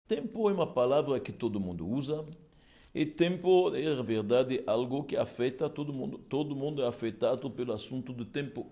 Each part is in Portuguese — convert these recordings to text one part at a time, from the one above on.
Tempo é uma palavra que todo mundo usa, e tempo é, na verdade, algo que afeta todo mundo. Todo mundo é afetado pelo assunto do tempo.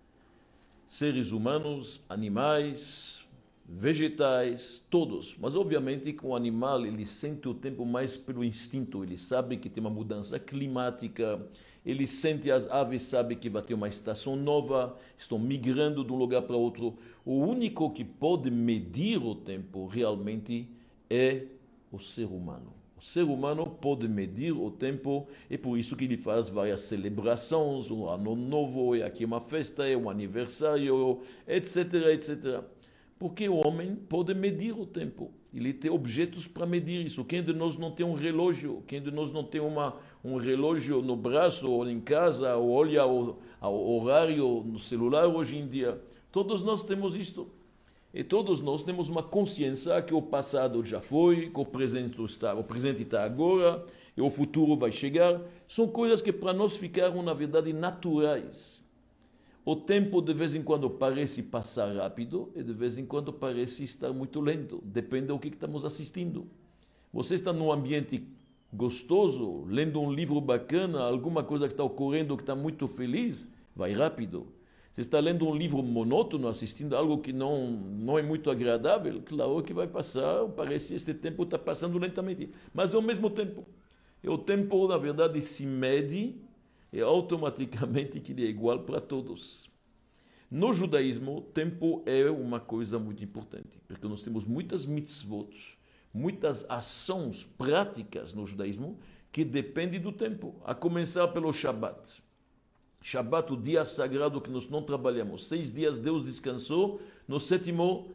Seres humanos, animais, vegetais, todos. Mas, obviamente, que o animal ele sente o tempo mais pelo instinto. Ele sabe que tem uma mudança climática, ele sente, as aves sabem que vai ter uma estação nova, estão migrando de um lugar para outro. O único que pode medir o tempo realmente é o ser humano. O ser humano pode medir o tempo, e por isso que ele faz várias celebrações, um ano novo, e aqui uma festa, é um aniversário, etc, etc. Porque o homem pode medir o tempo. Ele tem objetos para medir isso. Quem de nós não tem um relógio? Quem de nós não tem um relógio no braço ou em casa, ou olha o horário no celular hoje em dia? Todos nós temos isto. E todos nós temos uma consciência que o passado já foi, que o presente está agora, e o futuro vai chegar. São coisas que para nós ficaram, na verdade, naturais. O tempo de vez em quando parece passar rápido e de vez em quando parece estar muito lento. Depende do que estamos assistindo. Você está num ambiente gostoso, lendo um livro bacana, alguma coisa que está ocorrendo que está muito feliz, vai rápido. Você está lendo um livro monótono, assistindo algo que não é muito agradável, claro que vai passar, parece que este tempo está passando lentamente. Mas ao mesmo tempo, o tempo, na verdade, se mede e automaticamente que ele é igual para todos. No judaísmo, tempo é uma coisa muito importante, porque nós temos muitas mitzvot, muitas ações práticas no judaísmo que dependem do tempo, a começar pelo Shabat. Shabat, o dia sagrado que nós não trabalhamos. 6 dias Deus descansou, no sétimo,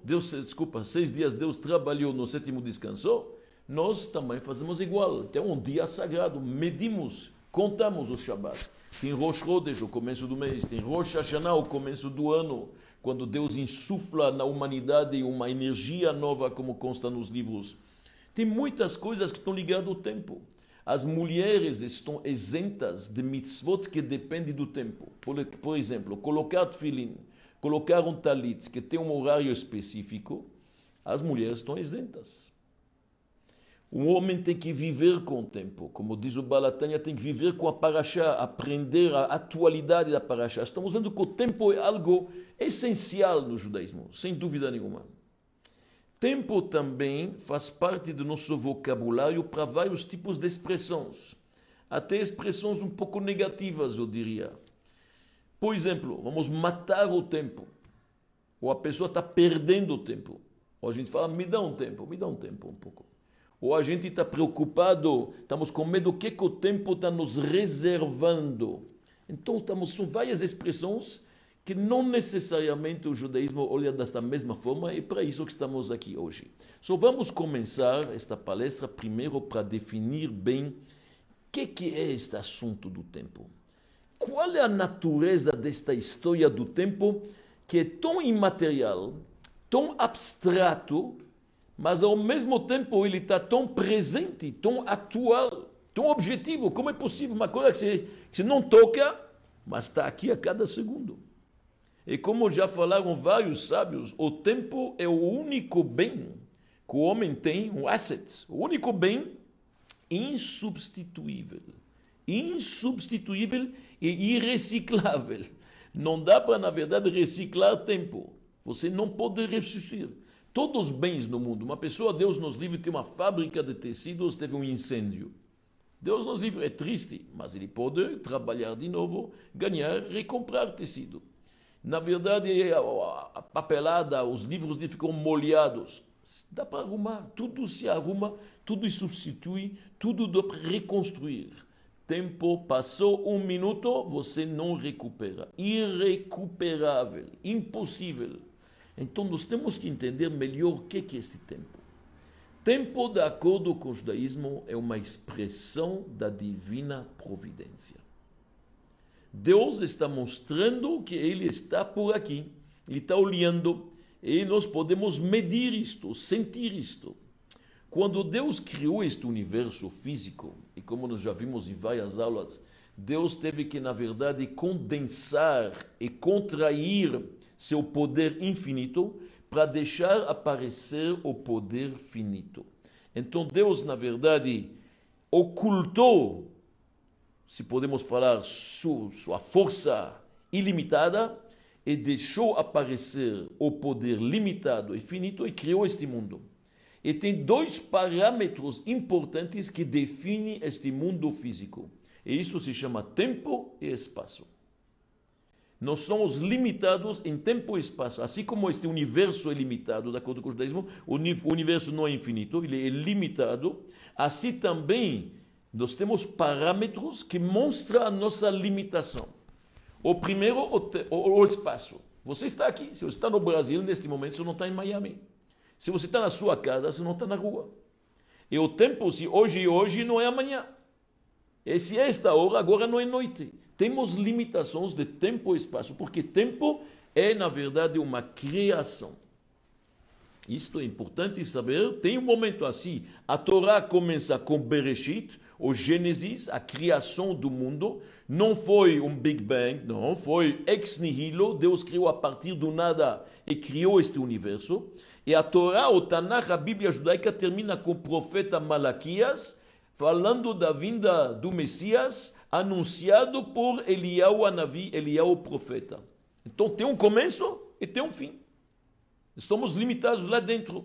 6 dias Deus trabalhou, no sétimo descansou. Nós também fazemos igual. Tem um dia sagrado, medimos, contamos o Shabat. Tem Rosh Chodesh, o começo do mês. Tem Rosh Hashanah, o começo do ano. Quando Deus insufla na humanidade uma energia nova, como consta nos livros. Tem muitas coisas que estão ligadas ao tempo. As mulheres estão isentas de mitzvot que dependem do tempo. Por exemplo, colocar tefilin, colocar um talit que tem um horário específico, as mulheres estão isentas. O homem tem que viver com o tempo. Como diz o Baal HaTanya, tem que viver com a parashá, aprender a atualidade da parashá. Estamos vendo que o tempo é algo essencial no judaísmo, sem dúvida nenhuma. Tempo também faz parte do nosso vocabulário para vários tipos de expressões. Até expressões um pouco negativas, eu diria. Por exemplo, vamos matar o tempo. Ou a pessoa está perdendo o tempo. Ou a gente fala, me dá um tempo um pouco. Ou a gente está preocupado, estamos com medo do que o tempo está nos reservando. Então, são várias expressões que não necessariamente o judaísmo olha desta mesma forma, e para isso que estamos aqui hoje. Só vamos começar esta palestra primeiro para definir bem o que é este assunto do tempo. Qual é a natureza desta história do tempo que é tão imaterial, tão abstrato, mas ao mesmo tempo ele está tão presente, tão atual, tão objetivo. Como é possível? Uma coisa que você não toca, mas está aqui a cada segundo. E como já falaram vários sábios, o tempo é o único bem que o homem tem, um asset, o único bem insubstituível. Insubstituível e irreciclável. Não dá para, na verdade, reciclar tempo. Você não pode ressuscitar. Todos os bens no mundo, uma pessoa, Deus nos livre, tem uma fábrica de tecidos, teve um incêndio. Deus nos livre, é triste, mas ele pode trabalhar de novo, ganhar, recomprar tecido. Na verdade, a papelada, os livros ficam molhados. Dá para arrumar, tudo se arruma, tudo se substitui, tudo dá para reconstruir. Tempo passou 1 minuto, você não recupera. Irrecuperável, impossível. Então nós temos que entender melhor o que é este tempo. Tempo, de acordo com o judaísmo, é uma expressão da divina providência. Deus está mostrando que Ele está por aqui, Ele está olhando, e nós podemos medir isto, sentir isto. Quando Deus criou este universo físico, e como nós já vimos em várias aulas, Deus teve que, na verdade, condensar e contrair seu poder infinito, para deixar aparecer o poder finito. Então Deus, na verdade, ocultou, se podemos falar, sua força ilimitada e deixou aparecer o poder limitado e finito e criou este mundo. E tem dois parâmetros importantes que definem este mundo físico. E isso se chama tempo e espaço. Nós somos limitados em tempo e espaço. Assim como este universo é limitado, de acordo com o judaísmo, o universo não é infinito, ele é limitado. Assim também, nós temos parâmetros que mostram a nossa limitação. O primeiro, o espaço. Você está aqui. Se você está no Brasil, neste momento, você não está em Miami. Se você está na sua casa, você não está na rua. E o tempo, se hoje é hoje, não é amanhã. E se é esta hora, agora não é noite. Temos limitações de tempo e espaço, porque tempo é, na verdade, uma criação. Isto é importante saber. Tem um momento assim. A Torá começa com Bereshit, o Gênesis, a criação do mundo. Não foi um Big Bang, não. Foi ex nihilo. Deus criou a partir do nada e criou este universo. E a Torá, o Tanakh, a Bíblia judaica, termina com o profeta Malaquias, falando da vinda do Messias, anunciado por Eliyahu Anavi, Eliyahu profeta. Então tem um começo e tem um fim. Estamos limitados lá dentro.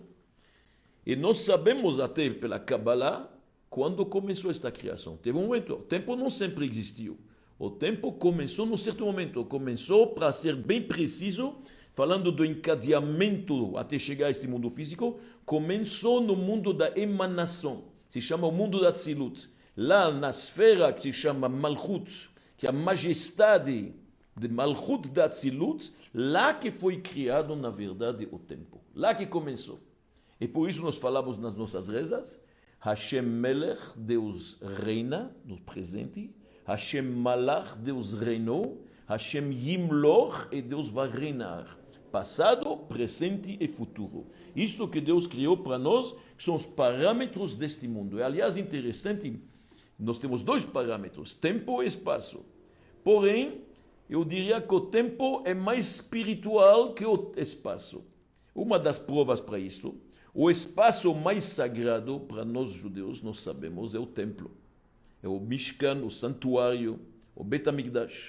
E nós sabemos até pela Kabbalah quando começou esta criação. Teve um momento. O tempo não sempre existiu. O tempo começou num certo momento. Começou, para ser bem preciso, falando do encadeamento até chegar a este mundo físico, começou no mundo da emanação. Se chama o mundo da Tzilut. Lá na esfera que se chama Malchut, que é a majestade de Malchut da Tzilut, lá que foi criado, na verdade, o tempo. Lá que começou. E por isso nós falamos nas nossas rezas, Hashem Melech, Deus reina, no presente, Hashem Malach, Deus reinou, Hashem Yimloch, e Deus vai reinar. Passado, presente e futuro. Isto que Deus criou para nós, que são os parâmetros deste mundo. É, aliás, interessante, nós temos dois parâmetros, tempo e espaço. Porém, eu diria que o tempo é mais espiritual que o espaço. Uma das provas para isto, o espaço mais sagrado para nós judeus, nós sabemos, é o templo. É o Mishkan, o santuário, o Bet HaMikdash.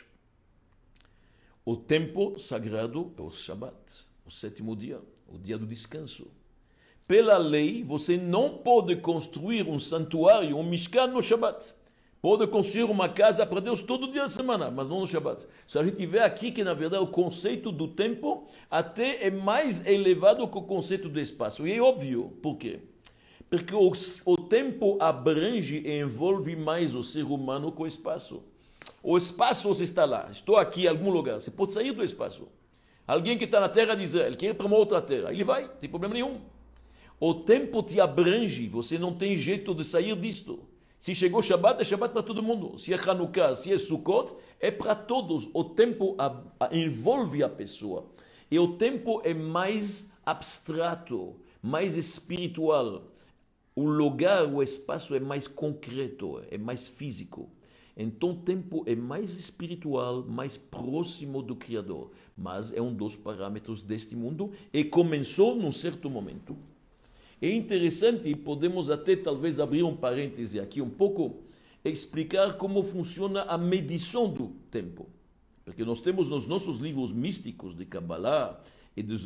O tempo sagrado é o Shabbat, o sétimo dia, o dia do descanso. Pela lei, você não pode construir um santuário, um Mishkan no Shabbat. Pode construir uma casa para Deus todo dia da semana, mas não no Shabbat. Se a gente vê aqui que, na verdade, o conceito do tempo até é mais elevado que o conceito do espaço. E é óbvio. Por quê? Porque o tempo abrange e envolve mais o ser humano que o espaço. O espaço, você está lá. Estou aqui em algum lugar. Você pode sair do espaço. Alguém que está na terra de Israel, quer ir para uma outra terra. Ele vai, não tem problema nenhum. O tempo te abrange. Você não tem jeito de sair disto. Se chegou Shabbat, é Shabbat para todo mundo. Se é Hanukkah, se é Sukkot, é para todos. O tempo envolve a pessoa. E o tempo é mais abstrato, mais espiritual. O lugar, o espaço é mais concreto, é mais físico. Então o tempo é mais espiritual, mais próximo do Criador. Mas é um dos parâmetros deste mundo e começou num certo momento. É interessante, podemos até talvez abrir um parêntese aqui um pouco, explicar como funciona a medição do tempo. Porque nós temos nos nossos livros místicos de Kabbalah e do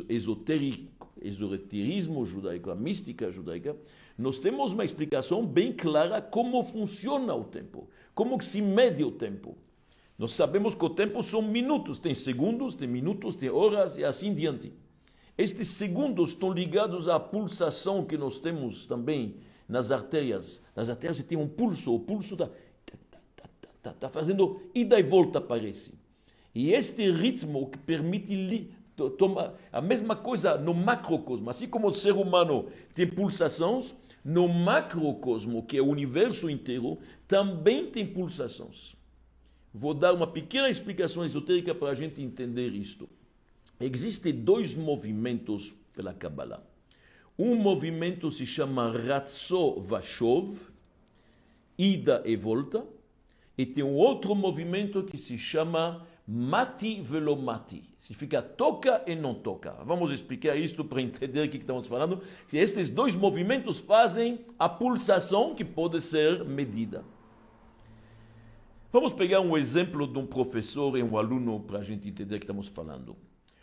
esoterismo judaico, a mística judaica, nós temos uma explicação bem clara como funciona o tempo, como que se mede o tempo. Nós sabemos que o tempo são minutos, tem segundos, tem minutos, tem horas e assim diante. Estes segundos estão ligados à pulsação que nós temos também nas artérias. Nas artérias você tem um pulso, o pulso está fazendo ida e volta, parece. E este ritmo que permite tomar a mesma coisa no macrocosmo. Assim como o ser humano tem pulsações, no macrocosmo, que é o universo inteiro, também tem pulsações. Vou dar uma pequena explicação esotérica para a gente entender isto. Existem dois movimentos pela Kabbalah. Um movimento se chama Ratzo Vashov, ida e volta, e tem um outro movimento que se chama Mati velo mati. Significa toca e não toca. Vamos explicar isto para entender o que estamos falando. Estes dois movimentos fazem a pulsação que pode ser medida. Vamos pegar um exemplo de um professor e um aluno para a gente entender o que estamos falando.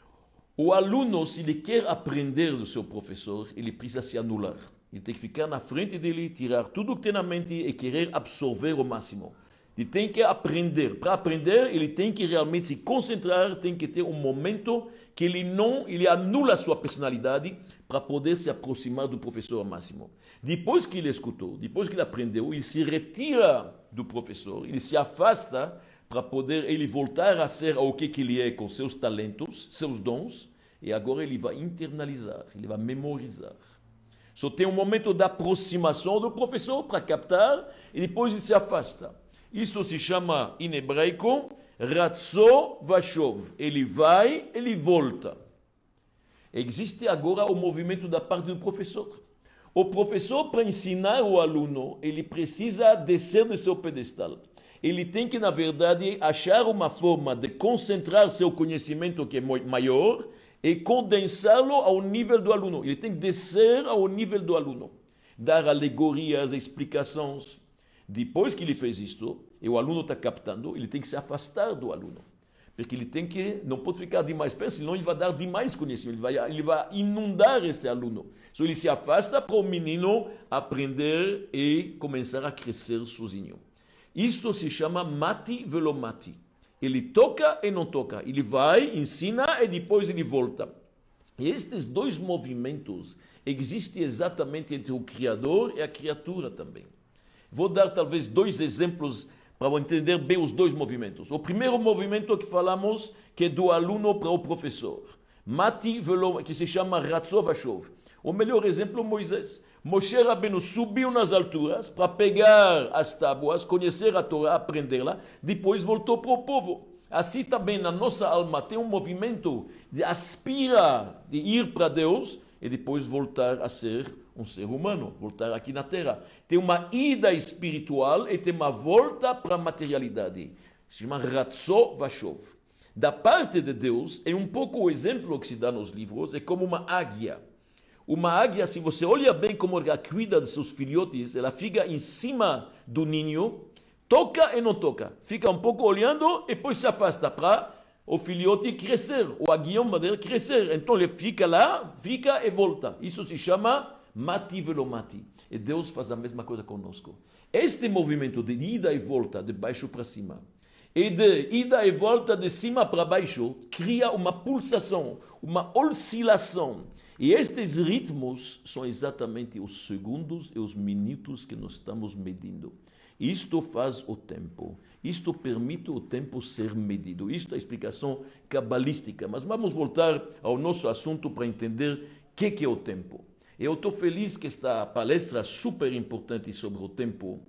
O aluno, se ele quer aprender do seu professor, ele precisa se anular. Ele tem que ficar na frente dele, tirar tudo que tem na mente e querer absorver o máximo. Ele tem que aprender. Para aprender, ele tem que realmente se concentrar, tem que ter um momento que ele anula a sua personalidade para poder se aproximar do professor ao máximo. Depois que ele escutou, depois que ele aprendeu, ele se retira do professor, ele se afasta para poder ele voltar a ser o que ele é com seus talentos, seus dons, e agora ele vai internalizar, ele vai memorizar. Só tem um momento de aproximação do professor para captar, e depois ele se afasta. Isso se chama, em hebraico, ratzo vashov. Ele vai, ele volta. Existe agora o movimento da parte do professor. O professor, para ensinar o aluno, ele precisa descer do seu pedestal. Ele tem que, na verdade, achar uma forma de concentrar seu conhecimento que é maior e condensá-lo ao nível do aluno. Ele tem que descer ao nível do aluno. Dar alegorias, explicações. Depois que ele fez isto, e o aluno está captando, ele tem que se afastar do aluno. Porque ele tem que, não pode ficar demais perto, senão ele vai dar demais conhecimento, ele vai inundar este aluno. Então ele se afasta para o menino aprender e começar a crescer sozinho. Isto se chama mati velo mati. Ele toca e não toca. Ele vai, ensina e depois ele volta. E estes dois movimentos existem exatamente entre o Criador e a criatura também. Vou dar talvez dois exemplos para entender bem os dois movimentos. O primeiro movimento que falamos, que é do aluno para o professor. Mati velo, que se chama ratzo vashov. O melhor exemplo é Moisés. Moshe Rabbeinu subiu nas alturas para pegar as tábuas, conhecer a Torá, aprendê-la, depois voltou para o povo. Assim também na nossa alma tem um movimento de aspirar, de ir para Deus e depois voltar a ser um ser humano, voltar aqui na Terra. Tem uma ida espiritual e tem uma volta para a materialidade. Se chama Ratzo Vashov. Da parte de Deus, é um pouco o exemplo que se dá nos livros, é como uma águia. Uma águia, se você olha bem como ela cuida de seus filhotes, ela fica em cima do ninho, toca e não toca. Fica um pouco olhando e depois se afasta para o filhote crescer, o aguião vai crescer. Então ele fica lá, fica e volta. Isso se chama mati velo mati. E Deus faz a mesma coisa conosco. Este movimento de ida e volta, de baixo para cima, e de ida e volta de cima para baixo, cria uma pulsação, uma oscilação. E estes ritmos são exatamente os segundos e os minutos que nós estamos medindo. Isto faz o tempo. Isto permite o tempo ser medido. Isto é a explicação cabalística. Mas vamos voltar ao nosso assunto para entender o que é o tempo. Eu estou feliz que esta palestra super importante sobre o tempo,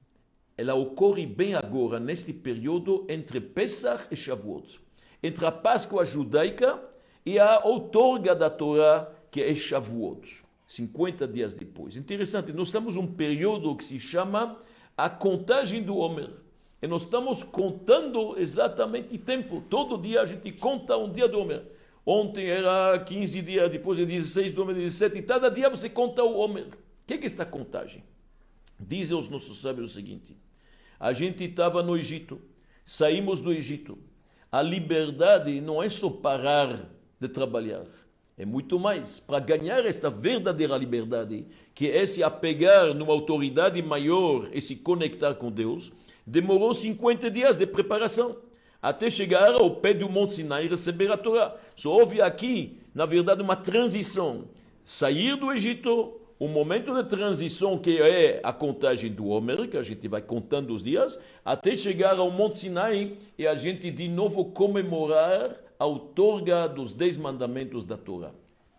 ela ocorre bem agora, neste período entre Pesach e Shavuot. Entre a Páscoa judaica e a outorga da Torá, que é Shavuot, 50 dias depois. Interessante, nós temos um período que se chama a contagem do Homer. E nós estamos contando exatamente tempo. Todo dia a gente conta um dia do Homer. Ontem era 15 dias, depois é 16 do Homer, 17, e cada dia você conta o Homer. O que é esta contagem? Dizem os nossos sábios o seguinte: a gente estava no Egito, saímos do Egito. A liberdade não é só parar de trabalhar. É muito mais. Para ganhar esta verdadeira liberdade, que é se apegar numa autoridade maior e se conectar com Deus, demorou 50 dias de preparação, até chegar ao pé do Monte Sinai e receber a Torá. Só houve aqui, na verdade, uma transição. Sair do Egito, um momento de transição que é a contagem do Homer, que a gente vai contando os dias, até chegar ao Monte Sinai e a gente de novo comemorar a outorga dos 10 mandamentos da Torá.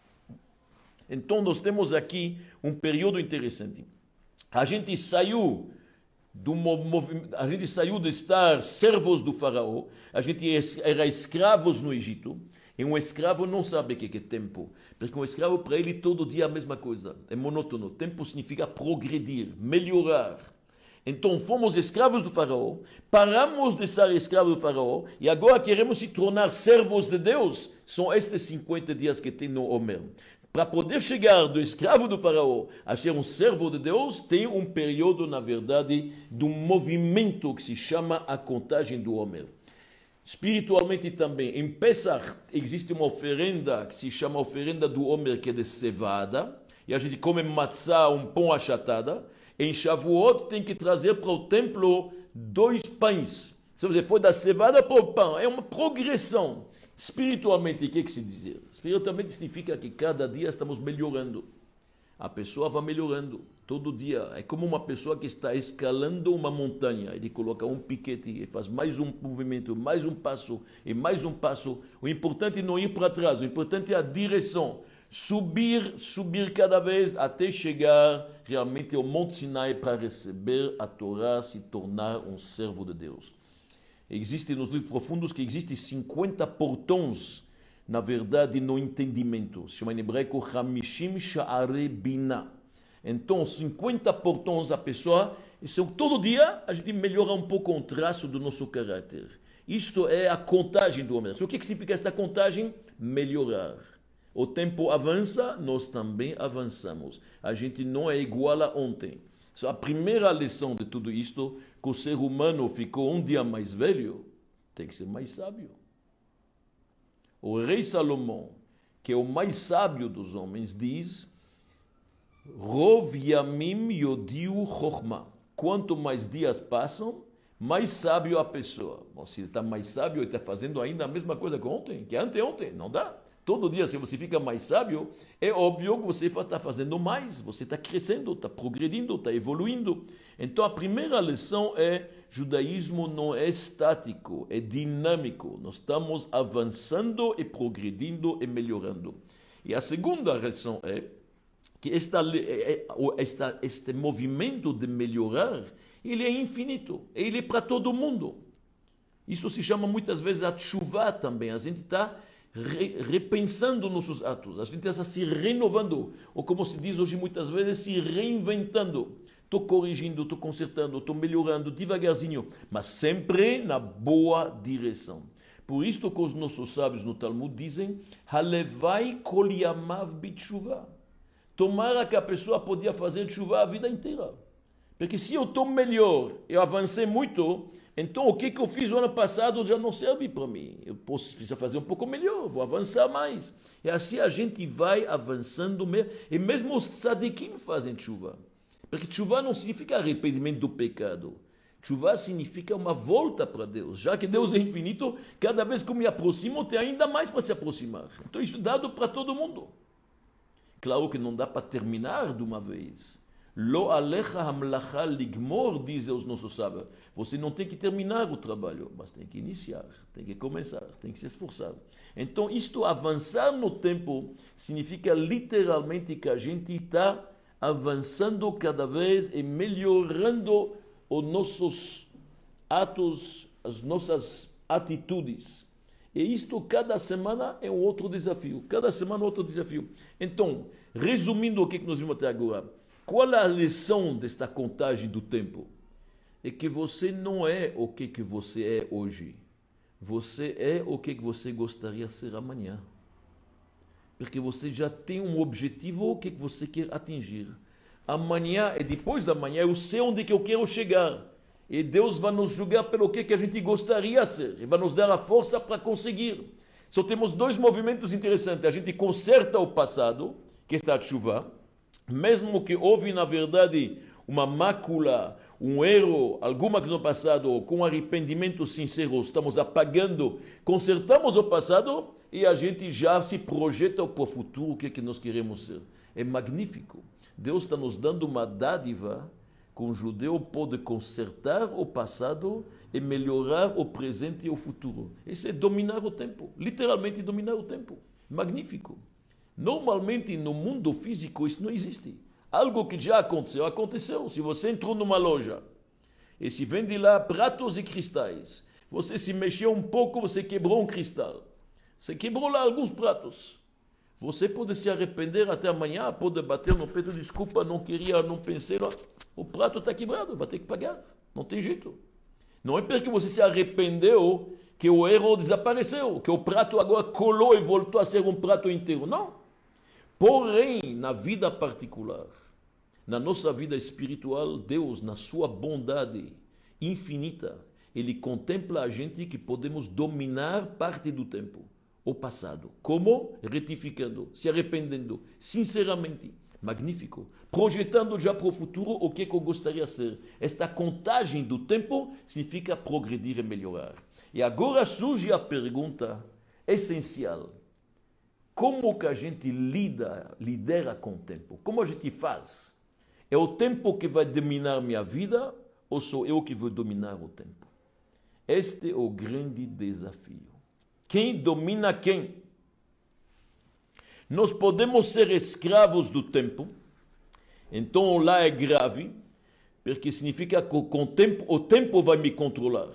Então nós temos aqui um período interessante. A gente saiu de estar servos do faraó, a gente era escravos no Egito, e um escravo não sabe o que é tempo, porque um escravo para ele todo dia é a mesma coisa, é monótono. Tempo significa progredir, melhorar. Então fomos escravos do faraó, paramos de ser escravos do faraó e agora queremos se tornar servos de Deus. São estes 50 dias que tem no Homer. Para poder chegar do escravo do faraó a ser um servo de Deus, tem um período, na verdade, de um movimento que se chama a contagem do Homer. Espiritualmente também, em Pesach existe uma oferenda que se chama oferenda do Homer, que é de cevada, e a gente come matzá, um pão achatada. Em Shavuot tem que trazer para o templo 2 pães. Se você for da cevada para o pão, é uma progressão. Espiritualmente, o que se diz? Espiritualmente significa que cada dia estamos melhorando. A pessoa vai melhorando todo dia. É como uma pessoa que está escalando uma montanha. Ele coloca um piquete e faz mais um movimento, mais um passo e mais um passo. O importante é não ir para trás, o importante é a direção. Subir cada vez até chegar realmente ao Monte Sinai para receber a Torá, se tornar um servo de Deus. Existe nos livros profundos que existem 50 portões, na verdade, no entendimento. Se chama em hebraico Hamishim Sha'arei Binah. Então, 50 portões a pessoa, isso, todo dia a gente melhora um pouco o traço do nosso caráter. Isto é a contagem do Homer. O que significa esta contagem? Melhorar. O tempo avança, nós também avançamos. A gente não é igual a ontem. A primeira lição de tudo isto, que o ser humano ficou um dia mais velho, tem que ser mais sábio. O rei Salomão, que é o mais sábio dos homens, diz: Rov Yamim Yodiu Chokhmah. Quanto mais dias passam, mais sábio a pessoa. Bom, se ele está mais sábio, ele está fazendo ainda a mesma coisa que ontem, que anteontem. Não dá. Todo dia, se você fica mais sábio, é óbvio que você está fazendo mais, você está crescendo, está progredindo, está evoluindo. Então, a primeira lição é: judaísmo não é estático, é dinâmico. Nós estamos avançando e progredindo e melhorando. E a segunda lição é que este movimento de melhorar, ele é infinito, ele é para todo mundo. Isso se chama muitas vezes a tshuvá também. A gente está repensando nossos atos, a gente está se renovando, ou como se diz hoje muitas vezes, se reinventando. Estou corrigindo, estou consertando, estou melhorando devagarzinho, mas sempre na boa direção. Por isso que os nossos sábios no Talmud dizem: Halevai kol yamav bitshuva. Tomara que a pessoa podia fazer tshuva a vida inteira. Porque se eu estou melhor, eu avancei muito, então o que eu fiz o ano passado já não serve para mim. Eu preciso fazer um pouco melhor, vou avançar mais. E assim a gente vai avançando mesmo. E mesmo os tzadikim fazem tshuva. Porque tshuva não significa arrependimento do pecado. Tshuva significa uma volta para Deus. Já que Deus é infinito, cada vez que eu me aproximo, tem ainda mais para se aproximar. Então isso é dado para todo mundo. Claro que não dá para terminar de uma vez. Lo alecha hamlacha ligmor, dizem os nossos sábios. Você não tem que terminar o trabalho, mas tem que iniciar, tem que começar, tem que se esforçar. Então, isto avançar no tempo significa literalmente que a gente está avançando cada vez e melhorando os nossos atos, as nossas atitudes. E isto cada semana é um outro desafio. Cada semana é outro desafio. Então, resumindo o que nós vimos até agora, qual é a lição desta contagem do tempo? É que você não é o que você é hoje. Você é o que você gostaria de ser amanhã. Porque você já tem um objetivo que você quer atingir. Amanhã e depois da manhã eu sei onde que eu quero chegar. E Deus vai nos julgar pelo que a gente gostaria de ser. E vai nos dar a força para conseguir. Só temos 2 movimentos interessantes. A gente conserta o passado, que está a chuva. Mesmo que houve, na verdade, uma mácula, um erro, alguma coisa no passado, com arrependimento sincero, estamos apagando, consertamos o passado e a gente já se projeta para o futuro, o que nós queremos ser. É magnífico. Deus está nos dando uma dádiva que um judeu pode consertar o passado e melhorar o presente e o futuro. Isso é dominar o tempo, literalmente dominar o tempo. Magnífico. Normalmente no mundo físico isso não existe. Algo que já aconteceu, aconteceu. Se você entrou numa loja e se vende lá pratos e cristais, você se mexeu um pouco, você quebrou um cristal. Você quebrou lá alguns pratos. Você pode se arrepender até amanhã, pode bater no peito, desculpa, não queria, não pensei. Não. O prato está quebrado, vai ter que pagar. Não tem jeito. Não é porque você se arrependeu que o erro desapareceu, que o prato agora colou e voltou a ser um prato inteiro. Não. Porém, na vida particular, na nossa vida espiritual, Deus, na sua bondade infinita, Ele contempla a gente que podemos dominar parte do tempo. O passado. Como? Retificando, se arrependendo, sinceramente. Magnífico. Projetando já para o futuro o que eu gostaria de ser. Esta contagem do tempo significa progredir e melhorar. E agora surge a pergunta essencial. Como que a gente lidera com o tempo? Como a gente faz? É o tempo que vai dominar minha vida ou sou eu que vou dominar o tempo? Este é o grande desafio. Quem domina quem? Nós podemos ser escravos do tempo, então lá é grave, porque significa que o tempo vai me controlar.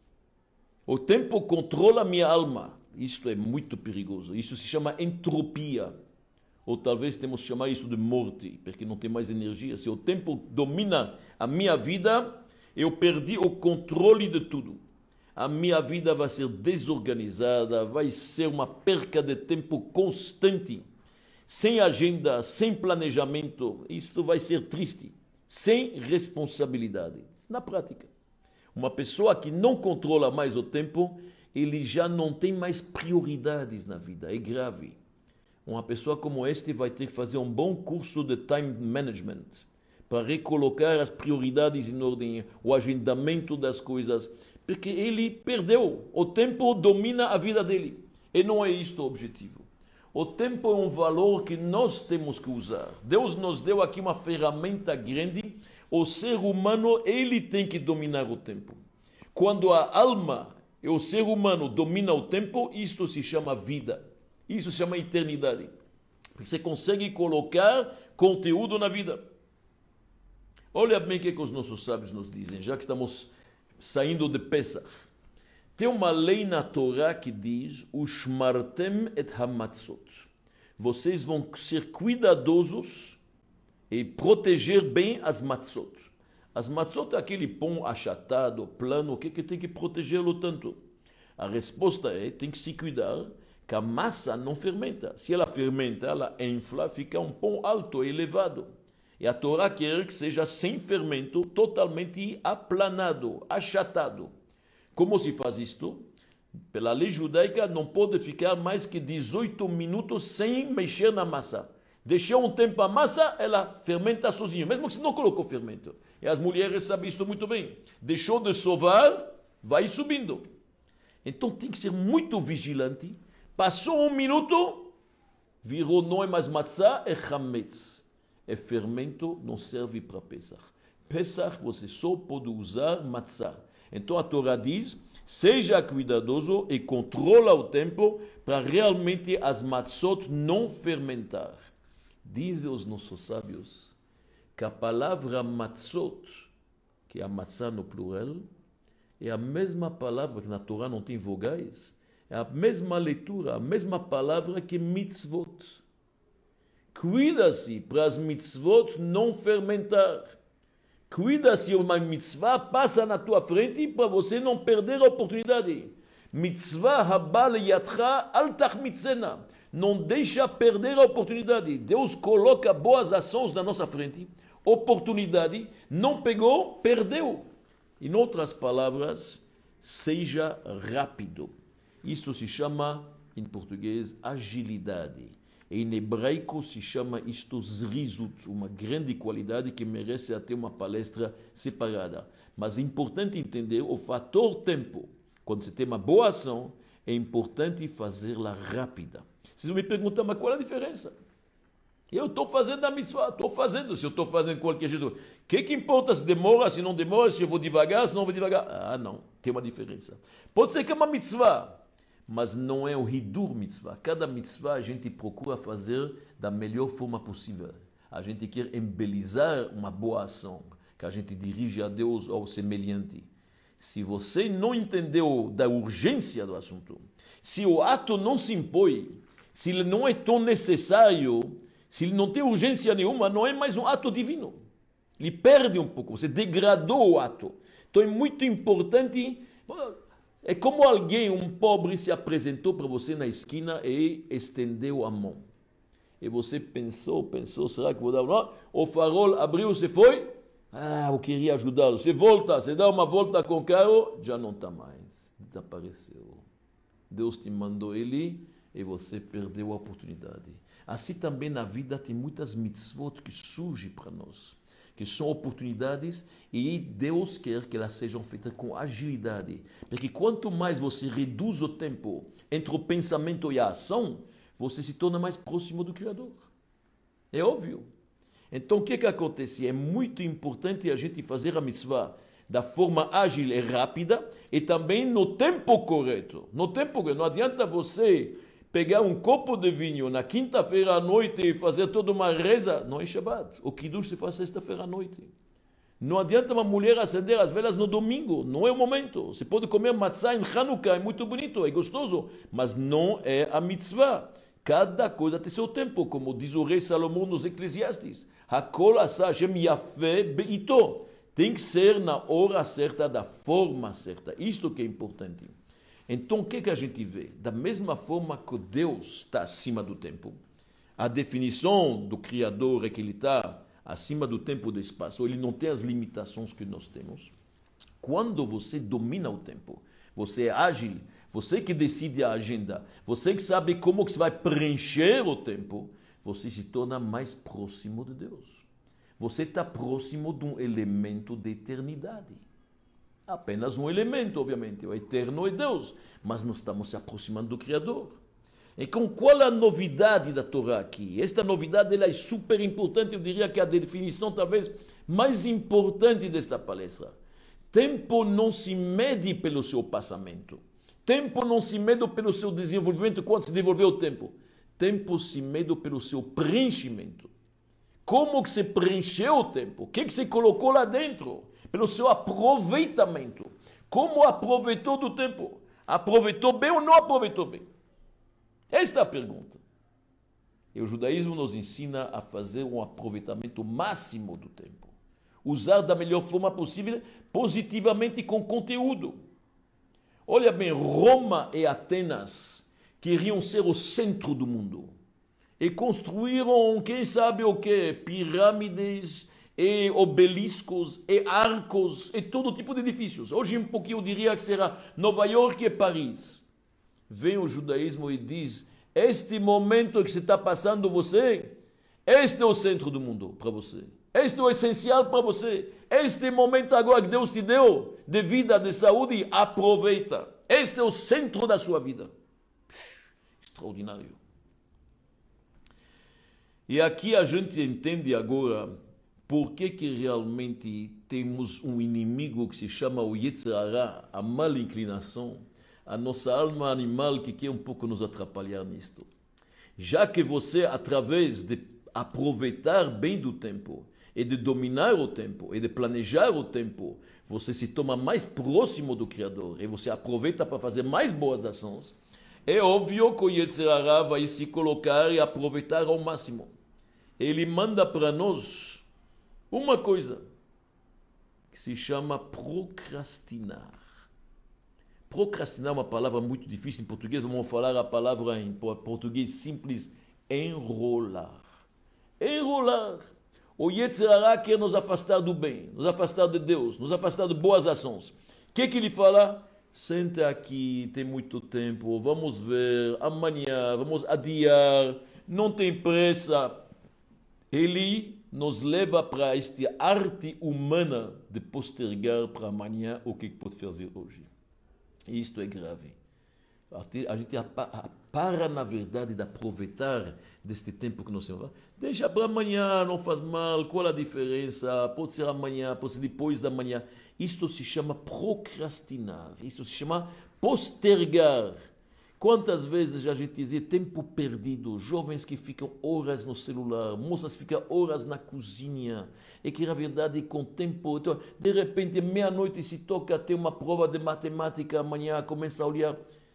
O tempo controla a minha alma. Isto é muito perigoso. Isso se chama entropia. Ou talvez temos que chamar isso de morte, porque não tem mais energia. Se o tempo domina a minha vida, eu perdi o controle de tudo. A minha vida vai ser desorganizada, vai ser uma perca de tempo constante, sem agenda, sem planejamento. Isto vai ser triste, sem responsabilidade. Na prática, uma pessoa que não controla mais o tempo, ele já não tem mais prioridades na vida, é grave. Uma pessoa como este vai ter que fazer um bom curso de time management, para recolocar as prioridades em ordem, o agendamento das coisas, porque ele perdeu. O tempo domina a vida dele. E não é isto o objetivo. O tempo é um valor que nós temos que usar. Deus nos deu aqui uma ferramenta grande. O ser humano, ele tem que dominar o tempo. Quando a alma e o ser humano dominam o tempo, isto se chama vida. Isso se chama eternidade. Porque você consegue colocar conteúdo na vida. Olha bem o que os nossos sábios nos dizem, já que estamos saindo de Pesach. Tem uma lei na Torá que diz: Ushmartem et hamatzot. Vocês vão ser cuidadosos e proteger bem as matzot. As matzot é aquele pão achatado, plano, o que tem que protegê-lo tanto? A resposta é: tem que se cuidar que a massa não fermenta. Se ela fermenta, ela infla, fica um pão alto, elevado. E a Torá quer que seja sem fermento, totalmente aplanado, achatado. Como se faz isto? Pela lei judaica, não pode ficar mais que 18 minutos sem mexer na massa. Deixou um tempo a massa, ela fermenta sozinha, mesmo que você não colocou fermento. E as mulheres sabem isto muito bem. Deixou de sovar, vai subindo. Então tem que ser muito vigilante. Passou um minuto, virou não é mais matzah, é chametz. É fermento, não serve para Pesach. Pesach você só pode usar matzah. Então a Torá diz: seja cuidadoso e controla o tempo para realmente as matzot não fermentar. Dizem os nossos sábios que a palavra matzot, que é a matzah no plural, é a mesma palavra que na Torá não tem vogais, é a mesma leitura, a mesma palavra que mitzvot. Cuida-se para as mitzvot não fermentar. Cuida-se uma mitzvah passa na tua frente para você não perder a oportunidade. Mitzvah habal yatra al tachmitzena. Não deixa perder a oportunidade. Deus coloca boas ações na nossa frente. Oportunidade, não pegou, perdeu. Em outras palavras, seja rápido. Isto se chama, em português, agilidade. Em hebraico se chama isto zrizut, uma grande qualidade que merece até uma palestra separada. Mas é importante entender o fator tempo. Quando você tem uma boa ação, é importante fazê-la rápida. Vocês me perguntam, mas qual é a diferença? Eu estou fazendo a mitzvah, estou fazendo. Se eu estou fazendo qualquer jeito, o que importa se demora, se não demora, se eu vou devagar, se não vou devagar? Ah, não, tem uma diferença. Pode ser que é uma mitzvah, mas não é o hidur mitzvah. Cada mitzvah a gente procura fazer da melhor forma possível. A gente quer embelezar uma boa ação, que a gente dirige a Deus ou ao semelhante. Se você não entendeu da urgência do assunto, se o ato não se impõe, Se ele não é tão necessário, se ele não tem urgência nenhuma, não é mais um ato divino. Ele perde um pouco, você degradou o ato. Então é muito importante. É como alguém, um pobre, se apresentou para você na esquina e estendeu a mão. E você pensou, será que vou dar? Não? O farol abriu, você foi. Eu queria ajudá-lo. Você volta, você dá uma volta com o carro, já não está mais. Desapareceu. Deus te mandou ele e você perdeu a oportunidade. Assim também na vida tem muitas mitzvot que surgem para nós, que são oportunidades e Deus quer que elas sejam feitas com agilidade. Porque quanto mais você reduz o tempo entre o pensamento e a ação, você se torna mais próximo do Criador. É óbvio. Então o que acontece? É muito importante a gente fazer a mitzvah da forma ágil e rápida e também no tempo correto. No tempo correto. Não adianta você pegar um copo de vinho na quinta-feira à noite e fazer toda uma reza. Não é Shabbat. O Kiddush se faz sexta-feira à noite. Não adianta uma mulher acender as velas no domingo. Não é o momento. Você pode comer matzah em Hanukkah. É muito bonito, é gostoso. Mas não é a mitzvah. Cada coisa tem seu tempo. Como diz o rei Salomão nos Eclesiastes. Hakol asa Hashem yafeh beito. Tem que ser na hora certa, da forma certa. Isto que é importante. Então, o que a gente vê? Da mesma forma que Deus está acima do tempo, a definição do Criador é que Ele está acima do tempo e do espaço. Ele não tem as limitações que nós temos. Quando você domina o tempo, você é ágil, você que decide a agenda, você que sabe como que você vai preencher o tempo, você se torna mais próximo de Deus. Você está próximo de um elemento de eternidade. Apenas um elemento, obviamente. O eterno é Deus. Mas nós estamos se aproximando do Criador. Então, qual é a novidade da Torá aqui? Esta novidade ela é super importante. Eu diria que é a definição talvez mais importante desta palestra. Tempo não se mede pelo seu passamento. Tempo não se mede pelo seu desenvolvimento. Quanto se desenvolveu o tempo? Tempo se mede pelo seu preenchimento. Como que você preencheu o tempo? O que você colocou lá dentro? Pelo seu aproveitamento. Como aproveitou do tempo? Aproveitou bem ou não aproveitou bem? Esta é a pergunta. E o judaísmo nos ensina a fazer um aproveitamento máximo do tempo. Usar da melhor forma possível, positivamente e com conteúdo. Olha bem, Roma e Atenas queriam ser o centro do mundo. E construíram, quem sabe o que, pirâmides e obeliscos e arcos e todo tipo de edifícios. Hoje um pouquinho eu diria que será Nova York e Paris. Vem o judaísmo e diz, este momento que você está passando você, este é o centro do mundo para você. Este é o essencial para você. Este momento agora que Deus te deu, de vida, de saúde, aproveita. Este é o centro da sua vida. Extraordinário. E aqui a gente entende agora por que realmente temos um inimigo que se chama o Yetzer Hara, a mal inclinação, a nossa alma animal que quer um pouco nos atrapalhar nisto. Já que você, através de aproveitar bem do tempo, e de dominar o tempo, e de planejar o tempo, você se torna mais próximo do Criador, e você aproveita para fazer mais boas ações, é óbvio que o Yetzer Hara vai se colocar e aproveitar ao máximo. Ele manda para nós uma coisa que se chama procrastinar. Procrastinar é uma palavra muito difícil em português, vamos falar a palavra em português simples, enrolar. Enrolar. O Yetzer Hara quer nos afastar do bem, nos afastar de Deus, nos afastar de boas ações. O que ele fala? Senta aqui, tem muito tempo, vamos ver, amanhã, vamos adiar, não tem pressa. Ele nos leva para esta arte humana de postergar para amanhã o que pode fazer hoje. E isto é grave. A gente para, na verdade, de aproveitar deste tempo que nós temos. Deixa para amanhã, não faz mal, qual a diferença? Pode ser amanhã, pode ser depois da manhã. Isto se chama procrastinar, isto se chama postergar. Quantas vezes a gente dizia tempo perdido, jovens que ficam horas no celular, moças que ficam horas na cozinha, e que na verdade com tempo, então, de repente meia-noite se toca a ter uma prova de matemática, amanhã começa a olhar,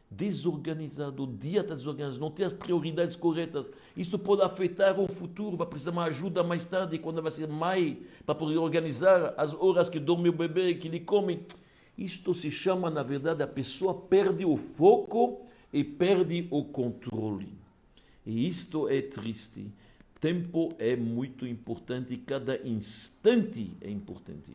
desorganizado, o dia está desorganizado, não tem as prioridades corretas. Isto pode afetar o futuro, vai precisar de uma ajuda mais tarde, quando vai ser mãe, para poder organizar as horas que dorme o bebê, que ele come. Isto se chama, na verdade, a pessoa perde o foco e perde o controle. E isto é triste. Tempo é muito importante, cada instante é importante.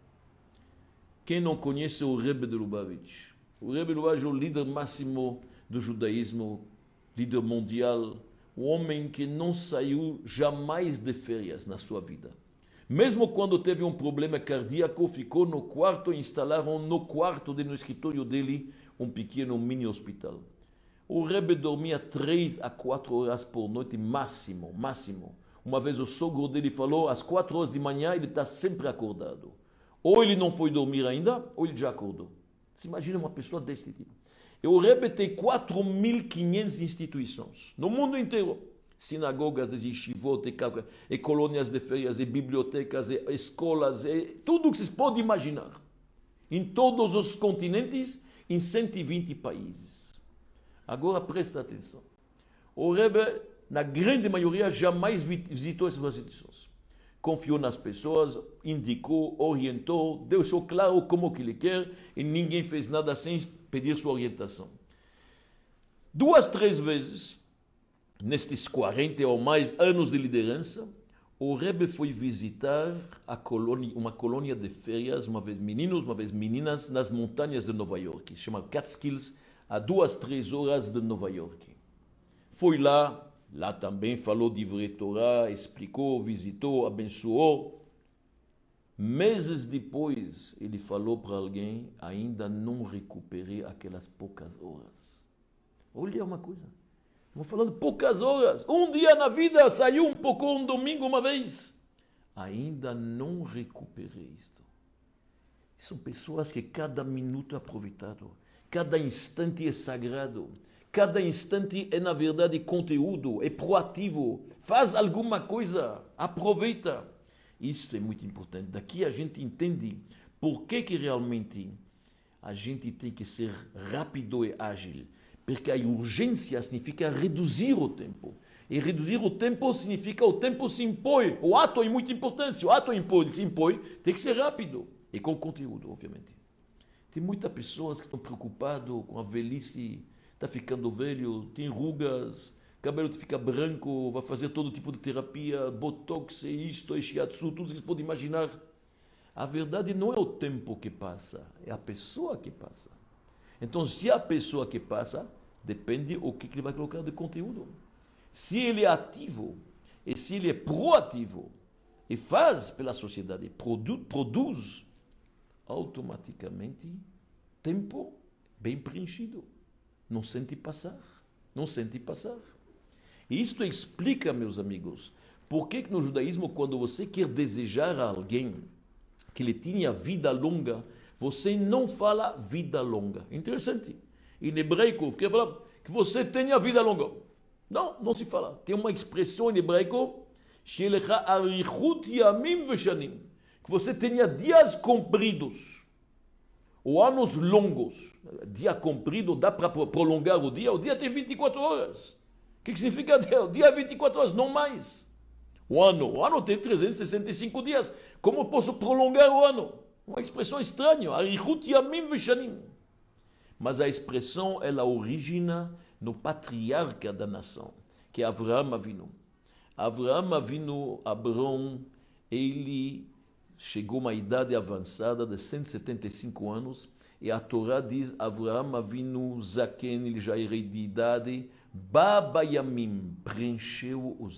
Quem não conhece o Rebbe de Lubavitch? O Rebbe de Lubavitch é o líder máximo do judaísmo, líder mundial, o homem que não saiu jamais de férias na sua vida. Mesmo quando teve um problema cardíaco, ficou no quarto, instalaram no quarto, no escritório dele, um pequeno mini hospital. O Rebbe dormia 3 a 4 horas por noite, máximo. Uma vez o sogro dele falou, às 4 horas de manhã ele está sempre acordado. Ou ele não foi dormir ainda, ou ele já acordou. Você imagina uma pessoa deste tipo. E o Rebbe tem 4.500 instituições no mundo inteiro. Sinagogas, yeshivot, e colônias de férias, e bibliotecas, e escolas, e tudo o que vocês podem imaginar. Em todos os continentes, em 120 países. Agora presta atenção. O Rebbe, na grande maioria, jamais visitou essas instituições. Confiou nas pessoas, indicou, orientou, deixou claro como que ele quer e ninguém fez nada sem pedir sua orientação. 2, 3 vezes, nestes 40 ou mais anos de liderança, o Rebbe foi visitar uma colônia de férias, uma vez meninos, uma vez meninas, nas montanhas de Nova York, chama Catskills, a 2, 3 horas de Nova York. Foi lá também falou de Torá, explicou, visitou, abençoou. Meses depois, ele falou para alguém, ainda não recuperei aquelas poucas horas. Olha uma coisa, estamos falando de poucas horas. Um dia na vida saiu um pouco, um domingo uma vez. Ainda não recuperei isto. São pessoas que cada minuto é aproveitado. Cada instante é sagrado. Cada instante é, na verdade, conteúdo, é proativo. Faz alguma coisa, aproveita. Isso é muito importante. Daqui a gente entende por que realmente a gente tem que ser rápido e ágil. Porque a urgência significa reduzir o tempo. E reduzir o tempo significa o tempo se impõe. O ato é muito importante. Se o ato se impõe, tem que ser rápido. E com conteúdo, obviamente. Tem muitas pessoas que estão preocupadas com a velhice, está ficando velho, tem rugas, cabelo fica branco, vai fazer todo tipo de terapia, botox, isto, shiatsu, tudo que você pode imaginar. A verdade não é o tempo que passa, é a pessoa que passa. Então, se a pessoa que passa, depende o que ele vai colocar de conteúdo. Se ele é ativo, e se ele é proativo, e faz pela sociedade, produz, automaticamente, tempo bem preenchido. Não sente passar. E isto explica, meus amigos, por que no judaísmo, quando você quer desejar a alguém que ele tinha vida longa, você não fala vida longa. Interessante. Em hebraico, quer falar que você tenha vida longa. Não se fala. Tem uma expressão em hebraico, Shelecha arichut yamim veshanim, que você tenha dias compridos, ou anos longos. Dia comprido, dá para prolongar o dia tem 24 horas. O que significa dia? O dia é 24 horas, não mais. O ano tem 365 dias. Como eu posso prolongar o ano? Uma expressão estranha, arichut yamim veshanim. Mas a expressão, ela origina no patriarca da nação, que é Avraham Avinu. Abrão, ele chegou a uma idade avançada de 175 anos, e a Torá diz, Avraham Avinu Zaken, ele já era de idade, Baba Yamim, preencheu os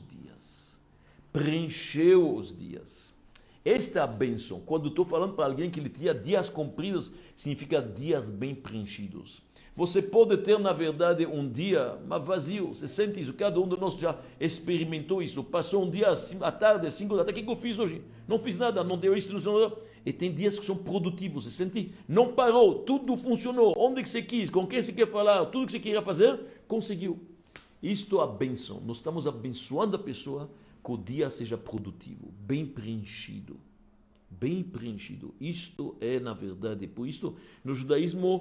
dias. Esta é a bênção. Quando estou falando para alguém que ele tinha dias compridos, significa dias bem preenchidos. Você pode ter, na verdade, um dia vazio. Você sente isso? Cada um de nós já experimentou isso. Passou um dia à tarde, 5 da tarde. O que eu fiz hoje? Não fiz nada, não deu isso, não deu nada. E tem dias que são produtivos. Você sente? Não parou, tudo funcionou. Onde que você quis, com quem você quer falar, tudo que você queria fazer, conseguiu. Isto é a bênção. Nós estamos abençoando a pessoa que o dia seja produtivo, bem preenchido. Bem preenchido. Isto é, na verdade, por isso, no judaísmo,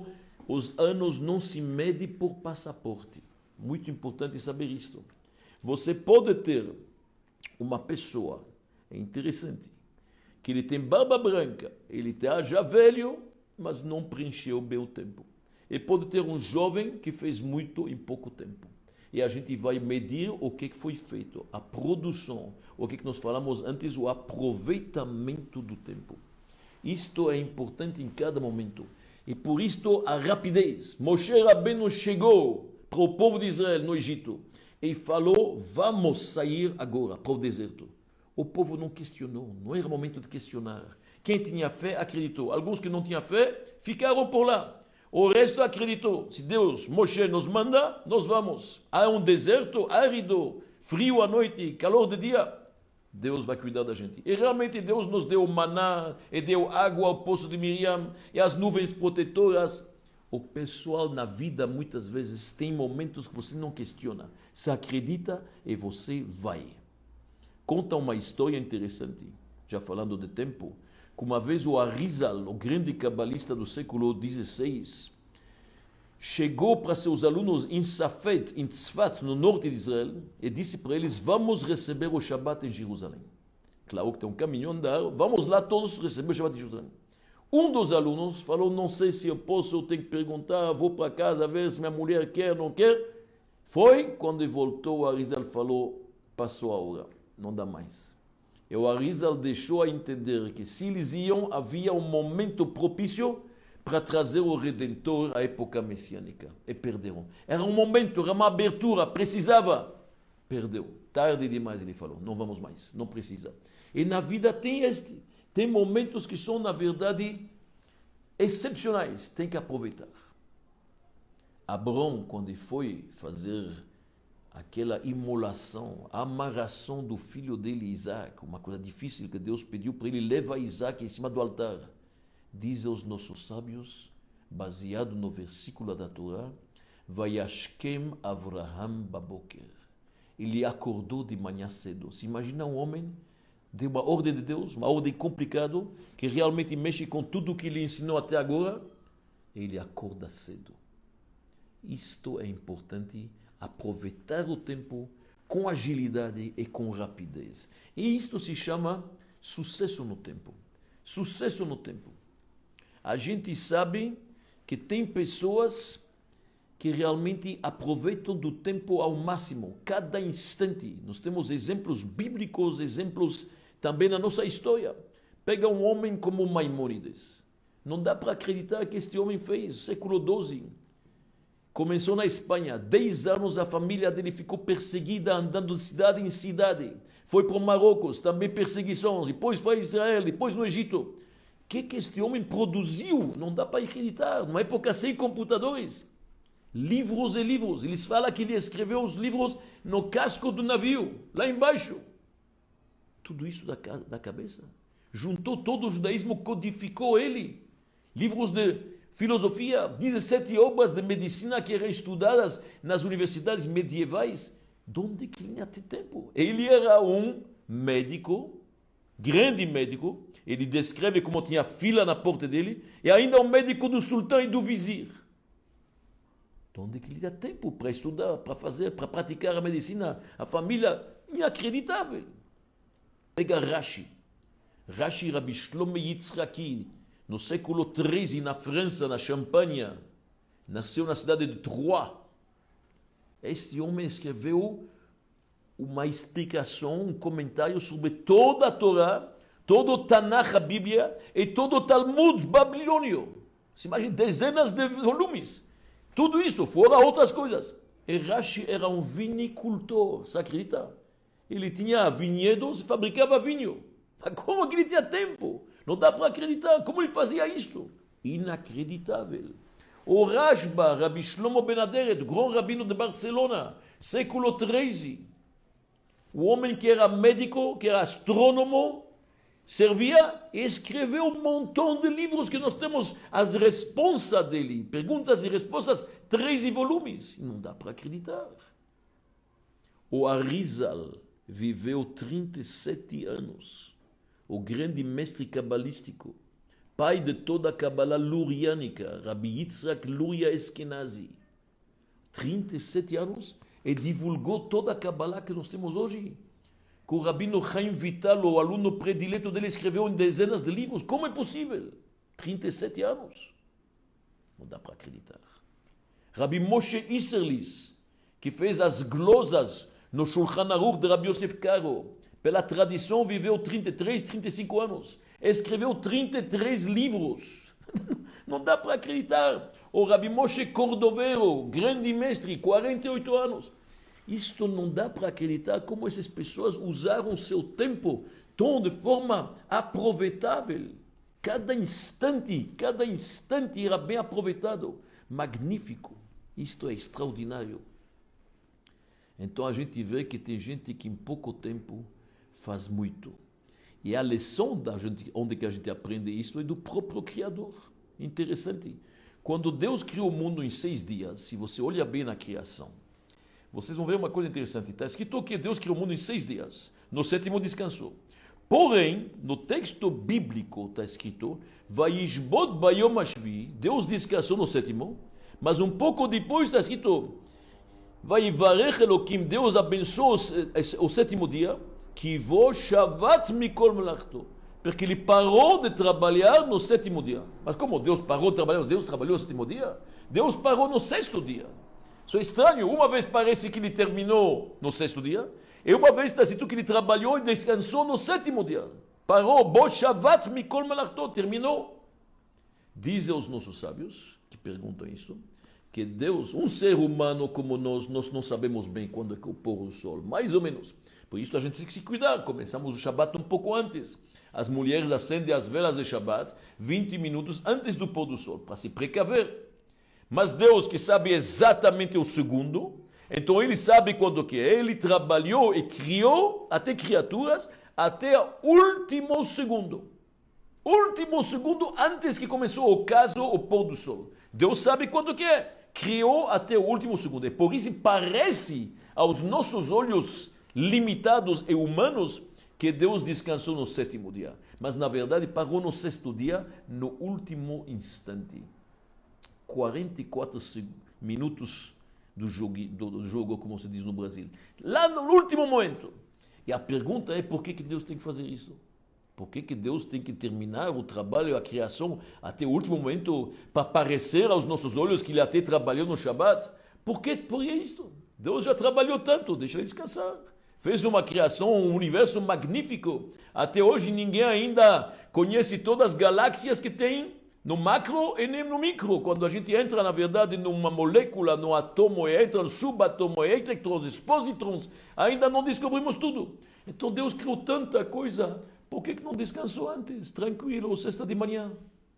Os anos não se medem por passaporte. Muito importante saber isto. Você pode ter uma pessoa, é interessante, que ele tem barba branca, ele está já velho, mas não preencheu bem o tempo. E pode ter um jovem que fez muito em pouco tempo. E a gente vai medir o que foi feito, a produção, o que nós falamos antes, o aproveitamento do tempo. Isto é importante em cada momento. E por isto a rapidez. Moshe Rabbeinu chegou para o povo de Israel no Egito e falou, vamos sair agora para o deserto. O povo não questionou, não era momento de questionar. Quem tinha fé acreditou. Alguns que não tinham fé ficaram por lá. O resto acreditou. Se Deus, Moshe nos manda, nós vamos. Há um deserto árido, frio à noite, calor de dia. Deus vai cuidar da gente. E realmente Deus nos deu maná, e deu água ao poço de Miriam, e as nuvens protetoras. O pessoal na vida muitas vezes tem momentos que você não questiona. Se acredita e você vai. Conta uma história interessante, já falando de tempo, que uma vez o Arizal, o grande cabalista do século XVI, chegou para seus alunos em Safed, em Tzfat, no norte de Israel, e disse para eles, vamos receber o Shabat em Jerusalém. Claro que tem um caminho a andar, vamos lá todos receber o Shabat em Jerusalém. Um dos alunos falou, não sei se eu posso, eu tenho que perguntar, vou para casa ver se minha mulher quer, não quer. Foi, quando ele voltou, o Arizal falou, passou a hora, não dá mais. E o Arizal deixou a entender que se eles iam, havia um momento propício para trazer o Redentor à época messiânica. E perderam. Era um momento, era uma abertura, precisava. Perdeu. Tarde demais, ele falou. Não vamos mais, não precisa. E na vida tem momentos que são, na verdade, excepcionais. Tem que aproveitar. Abrão, quando foi fazer aquela imolação, a amarração do filho dele, Isaac, uma coisa difícil que Deus pediu para ele, leva Isaac em cima do altar. Diz aos nossos sábios, baseado no versículo da Torá, Vayashkem Avraham Baboker. Ele acordou de manhã cedo. Se imagina um homem de uma ordem de Deus, uma ordem complicada, que realmente mexe com tudo o que ele ensinou até agora, ele acorda cedo. Isto é importante, aproveitar o tempo com agilidade e com rapidez. E isto se chama sucesso no tempo. Sucesso no tempo. A gente sabe que tem pessoas que realmente aproveitam do tempo ao máximo, cada instante. Nós temos exemplos bíblicos, exemplos também na nossa história. Pega um homem como Maimônides. Não dá para acreditar que este homem fez, século XII. Começou na Espanha, 10 anos a família dele ficou perseguida, andando de cidade em cidade. Foi para o Marrocos, também perseguições, depois foi a Israel, depois no Egito. O que este homem produziu? Não dá para acreditar, numa época sem computadores. Livros e livros. Eles falam que ele escreveu os livros no casco do navio, lá embaixo. Tudo isso da cabeça. Juntou todo o judaísmo, codificou ele. Livros de filosofia, 17 obras de medicina que eram estudadas nas universidades medievais. De onde que ele tinha tempo? Ele era um médico, grande médico. Ele descreve como tinha fila na porta dele. E ainda um médico do sultão e do vizir. De onde que ele tinha tempo para estudar, para fazer, para praticar a medicina? A família, inacreditável. Pega Rashi. Rashi Rabbi Shlomo Yitzhaki, no século XIII, na França, na Champagne, nasceu na cidade de Troyes. Este homem escreveu uma explicação, um comentário sobre toda a Torá, todo o Tanakh, a Bíblia, e todo o Talmud babilônio. Se imagina, dezenas de volumes. Tudo isto, fora outras coisas. E Rashi era um vinicultor, você acredita? Ele tinha vinhedos e fabricava vinho. Mas como que ele tinha tempo? Não dá para acreditar. Como ele fazia isto? Inacreditável. O Rashba, Rabbi Shlomo Ben Aderet, grande rabino de Barcelona, século XIII. O homem que era médico, que era astrônomo, servia e escreveu um montão de livros que nós temos as responsas dele. Perguntas e respostas, 13 volumes. Não dá para acreditar. O Arizal viveu 37 anos. O grande mestre cabalístico, pai de toda a Kabbalah luriânica, Rabbi Yitzhak Luria Eskenazi. 37 anos e divulgou toda a Kabbalah que nós temos hoje. Que o Rabino Chaim Vital, o aluno predileto dele, escreveu em dezenas de livros. Como é possível? 37 anos. Não dá para acreditar. Rabbi Moshe Isserlis, que fez as glosas no Shulchan Aruch de Rabbi Yosef Karo, pela tradição viveu 33, 35 anos. Escreveu 33 livros. Não dá para acreditar. O Rabbi Moshe Cordovero, grande mestre, 48 anos. Isto não dá para acreditar como essas pessoas usaram seu tempo tão de forma aproveitável. Cada instante era bem aproveitado. Magnífico. Isto é extraordinário. Então a gente vê que tem gente que em pouco tempo faz muito. E a lição da gente, onde que a gente aprende isso é do próprio Criador. Interessante. Quando Deus criou o mundo em 6 dias, se você olha bem na criação, vocês vão ver uma coisa interessante. Está escrito que Deus criou o mundo em 6 dias. No 7º descansou. Porém, no texto bíblico está escrito, Vayishbot bayom hashvi, Deus descansou no 7º, mas um pouco depois está escrito, Vayivarech Elokim, Deus abençoou o 7º dia, Kivo shavat mikol melachto, porque ele parou de trabalhar no 7º dia. Mas como Deus parou de trabalhar? Deus trabalhou no 7º dia? Deus parou no 6º dia. Isso é estranho. Uma vez parece que ele terminou no 6º dia, e uma vez está escrito que ele trabalhou e descansou no 7º dia. Parou, bo shavat mikol melachto, terminou. Dizem os nossos sábios, que perguntam isso, que Deus, um ser humano como nós não sabemos bem quando é que o pôr do sol, mais ou menos. Por isso a gente tem que se cuidar. Começamos o Shabbat um pouco antes. As mulheres acendem as velas de Shabbat 20 minutos antes do pôr do sol, para se precaver. Mas Deus, que sabe exatamente o segundo, então ele sabe quando que é. Ele trabalhou e criou até criaturas até o último segundo. Último segundo antes que começou o caso, o pôr do sol. Deus sabe quando que é. Criou até o último segundo. E por isso parece aos nossos olhos limitados e humanos que Deus descansou no 7º dia. Mas na verdade parou no 6º dia, no último instante. 44 minutos do jogo, como se diz no Brasil. Lá no último momento. E a pergunta é, por que Deus tem que fazer isso? Por que Deus tem que terminar o trabalho, a criação, até o último momento, para parecer aos nossos olhos que ele até trabalhou no Shabbat? Por que isso? Deus já trabalhou tanto, deixa ele descansar. Fez uma criação, um universo magnífico. Até hoje ninguém ainda conhece todas as galáxias que tem no macro e nem no micro. Quando a gente entra, na verdade, numa molécula, no átomo, e entra no subátomo, elétrons, positrons, ainda não descobrimos tudo. Então Deus criou tanta coisa. Por que não descansou antes? Tranquilo, 6 de manhã.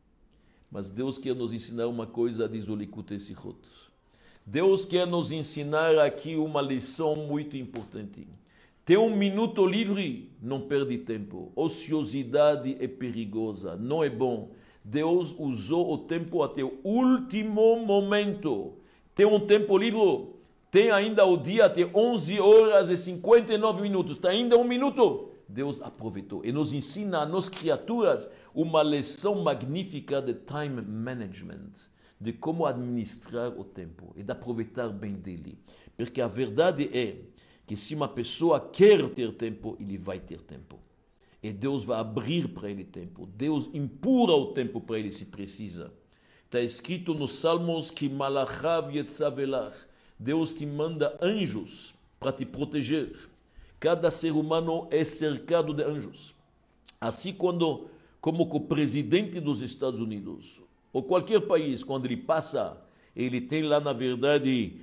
Mas Deus quer nos ensinar uma coisa, diz o Likutei Sichot. Deus quer nos ensinar aqui uma lição muito importante. Ter um minuto livre, não perde tempo. Ociosidade é perigosa, não é bom. Deus usou o tempo até o último momento. Tem um tempo livre, tem ainda o dia até 11 horas e 59 minutos. Está ainda um minuto. Deus aproveitou e nos ensina a nós criaturas uma lição magnífica de time management, de como administrar o tempo e de aproveitar bem dele. Porque a verdade é que se uma pessoa quer ter tempo, ele vai ter tempo. E Deus vai abrir para ele tempo. Deus empurra o tempo para ele se precisa. Está escrito nos Salmos que Malachav Yetzavelach, Deus te manda anjos para te proteger. Cada ser humano é cercado de anjos. Assim como o presidente dos Estados Unidos, ou qualquer país, quando ele passa, ele tem lá, na verdade,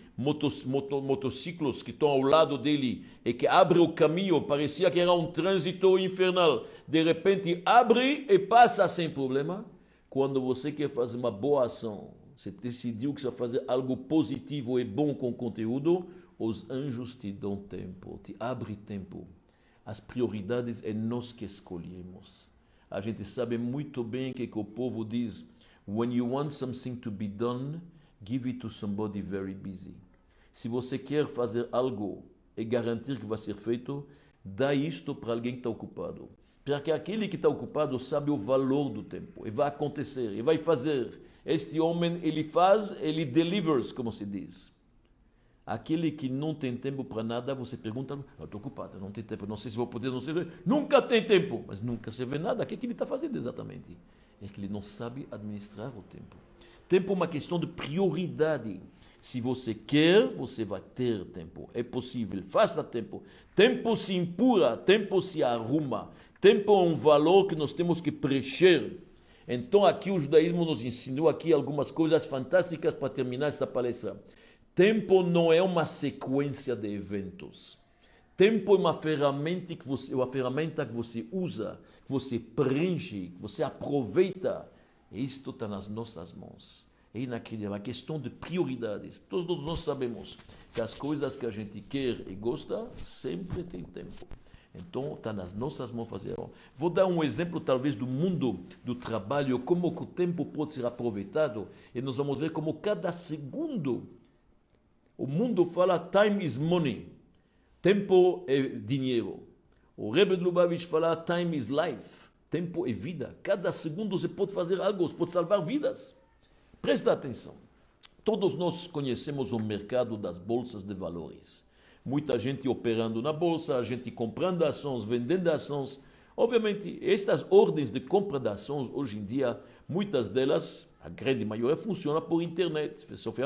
motociclos que estão ao lado dele e que abrem o caminho, parecia que era um trânsito infernal. De repente, abre e passa sem problema. Quando você quer fazer uma boa ação, você decidiu que você vai fazer algo positivo e bom com conteúdo, os anjos te dão tempo, te abrem tempo. As prioridades é nós que escolhemos. A gente sabe muito bem que o povo diz, when you want something to be done, give it to somebody very busy. Se você quer fazer algo e garantir que vai ser feito, dá isto para alguém que está ocupado. Porque aquele que está ocupado sabe o valor do tempo. E vai acontecer, e vai fazer. Este homem, ele faz, ele delivers, como se diz. Aquele que não tem tempo para nada, você pergunta, eu estou ocupado, não tenho tempo, não sei se vou poder, não sei. Nunca tem tempo, mas nunca se vê nada. O que ele está fazendo exatamente? É que ele não sabe administrar o tempo. Tempo é uma questão de prioridade. Se você quer, você vai ter tempo. É possível, faça tempo. Tempo se empurra, tempo se arruma. Tempo é um valor que nós temos que preencher. Então aqui o judaísmo nos ensinou aqui algumas coisas fantásticas para terminar esta palestra. Tempo não é uma sequência de eventos. Tempo é uma ferramenta que você usa, que você preenche, que você aproveita. E isto está nas nossas mãos. É inacreditável, uma questão de prioridades. Todos nós sabemos que as coisas que a gente quer e gosta sempre tem tempo. Então está nas nossas mãos fazer. Vou dar um exemplo talvez do mundo do trabalho, como o tempo pode ser aproveitado. E nós vamos ver como cada segundo, o mundo fala time is money. Tempo é dinheiro. O Rebbe de Lubavitch fala time is life. Tempo é vida. Cada segundo você pode fazer algo, você pode salvar vidas. Presta atenção. Todos nós conhecemos o mercado das bolsas de valores. Muita gente operando na bolsa, a gente comprando ações, vendendo ações. Obviamente, estas ordens de compra de ações, hoje em dia, muitas delas, a grande maioria, funciona por internet.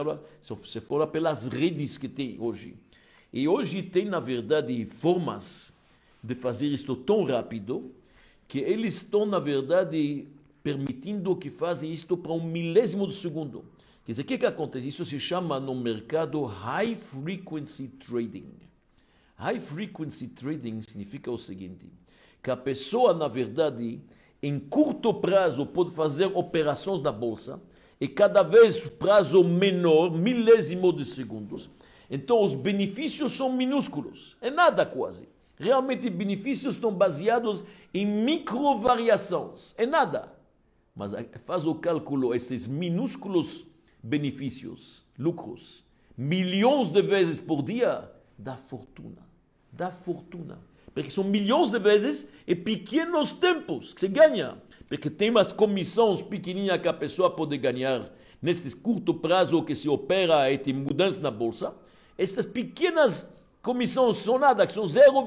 Se for pelas redes que tem hoje. E hoje tem, na verdade, formas de fazer isto tão rápido que eles estão, na verdade, permitindo que fazem isto para 1/1000 de segundo. Quer dizer, o que acontece? Isso se chama no mercado High Frequency Trading. High Frequency Trading significa o seguinte, que a pessoa, na verdade, em curto prazo pode fazer operações na bolsa e cada vez prazo menor, 1/1000 de segundos. Então, os benefícios são minúsculos. É nada quase. Realmente, benefícios estão baseados em microvariações. É nada. Mas faz o cálculo, esses minúsculos benefícios, lucros, milhões de vezes por dia, dá fortuna. Dá fortuna. Porque são milhões de vezes e pequenos tempos que se ganha. Porque tem umas comissões pequenininhas que a pessoa pode ganhar neste curto prazo que se opera e tem mudança na bolsa. Estas pequenas comissões são nada, que são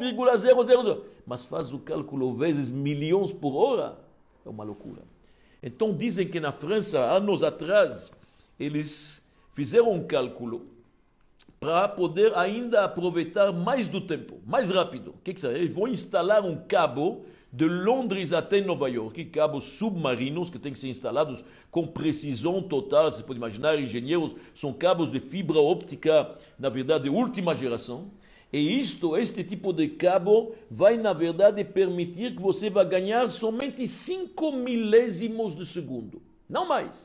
0,000. Mas faz o cálculo vezes milhões por hora. É uma loucura. Então dizem que na França, anos atrás, eles fizeram um cálculo para poder ainda aproveitar mais do tempo, mais rápido. O que é? Eles vão instalar um cabo de Londres até Nova York, cabos submarinos que têm que ser instalados com precisão total. Você pode imaginar, engenheiros, são cabos de fibra óptica, na verdade, de última geração. E este tipo de cabo vai, na verdade, permitir que você vai ganhar somente 5/1000 de segundo. Não mais.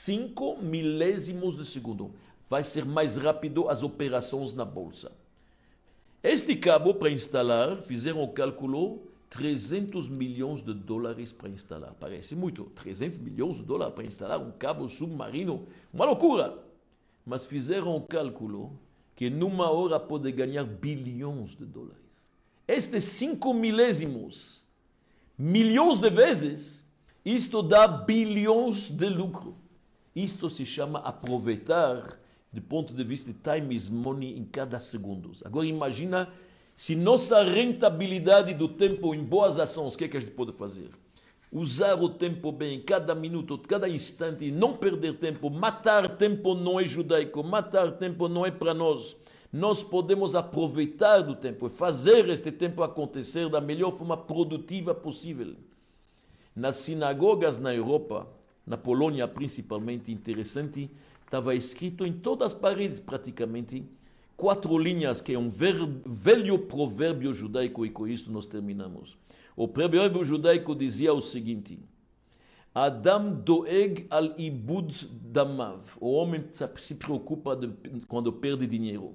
5/1000 de segundo. Vai ser mais rápido as operações na bolsa. Este cabo, para instalar, fizeram o cálculo, $300 milhões para instalar. Parece muito. $300 milhões para instalar um cabo submarino. Uma loucura. Mas fizeram o cálculo que numa hora pode ganhar bilhões de dólares. Estes 5/1000, milhões de vezes, isto dá bilhões de lucro. Isto se chama aproveitar, do ponto de vista de time is money, em cada segundo. Agora imagina, se nossa rentabilidade do tempo em boas ações, o que é que a gente pode fazer? Usar o tempo bem, cada minuto, cada instante, não perder tempo. Matar tempo não é judaico, matar tempo não é para nós. Nós podemos aproveitar do tempo e fazer este tempo acontecer da melhor forma produtiva possível. Nas sinagogas na Europa, na Polônia principalmente, interessante, estava escrito em todas as paredes praticamente 4 linhas, que é um velho provérbio judaico, e com isso nós terminamos. O provérbio judaico dizia o seguinte: Adam doeg al ibud damav. O homem se preocupa quando perde dinheiro.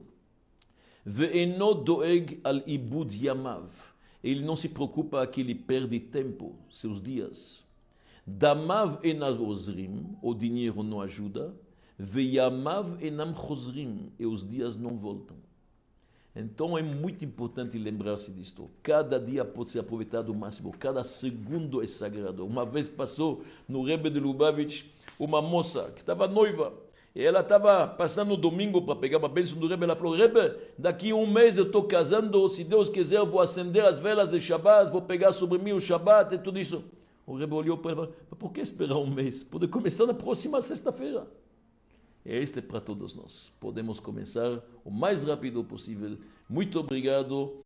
Ve'eno doeg al ibud yamav. Ele não se preocupa que ele perde tempo, seus dias. Damav enaz ozrim. O dinheiro não ajuda. Ve'yamav enam chozrim. E os dias não voltam. Então é muito importante lembrar-se disto. Cada dia pode ser aproveitado ao máximo, cada segundo é sagrado. Uma vez passou no Rebbe de Lubavitch uma moça que estava noiva. E ela estava passando no domingo para pegar uma bênção do Rebbe. Ela falou, Rebbe, daqui a um mês eu estou casando, se Deus quiser eu vou acender as velas de Shabbat, vou pegar sobre mim o Shabbat e tudo isso. O Rebbe olhou para ela e falou, mas por que esperar um mês? Pode começar na próxima sexta-feira. E este é para todos nós. Podemos começar o mais rápido possível. Muito obrigado.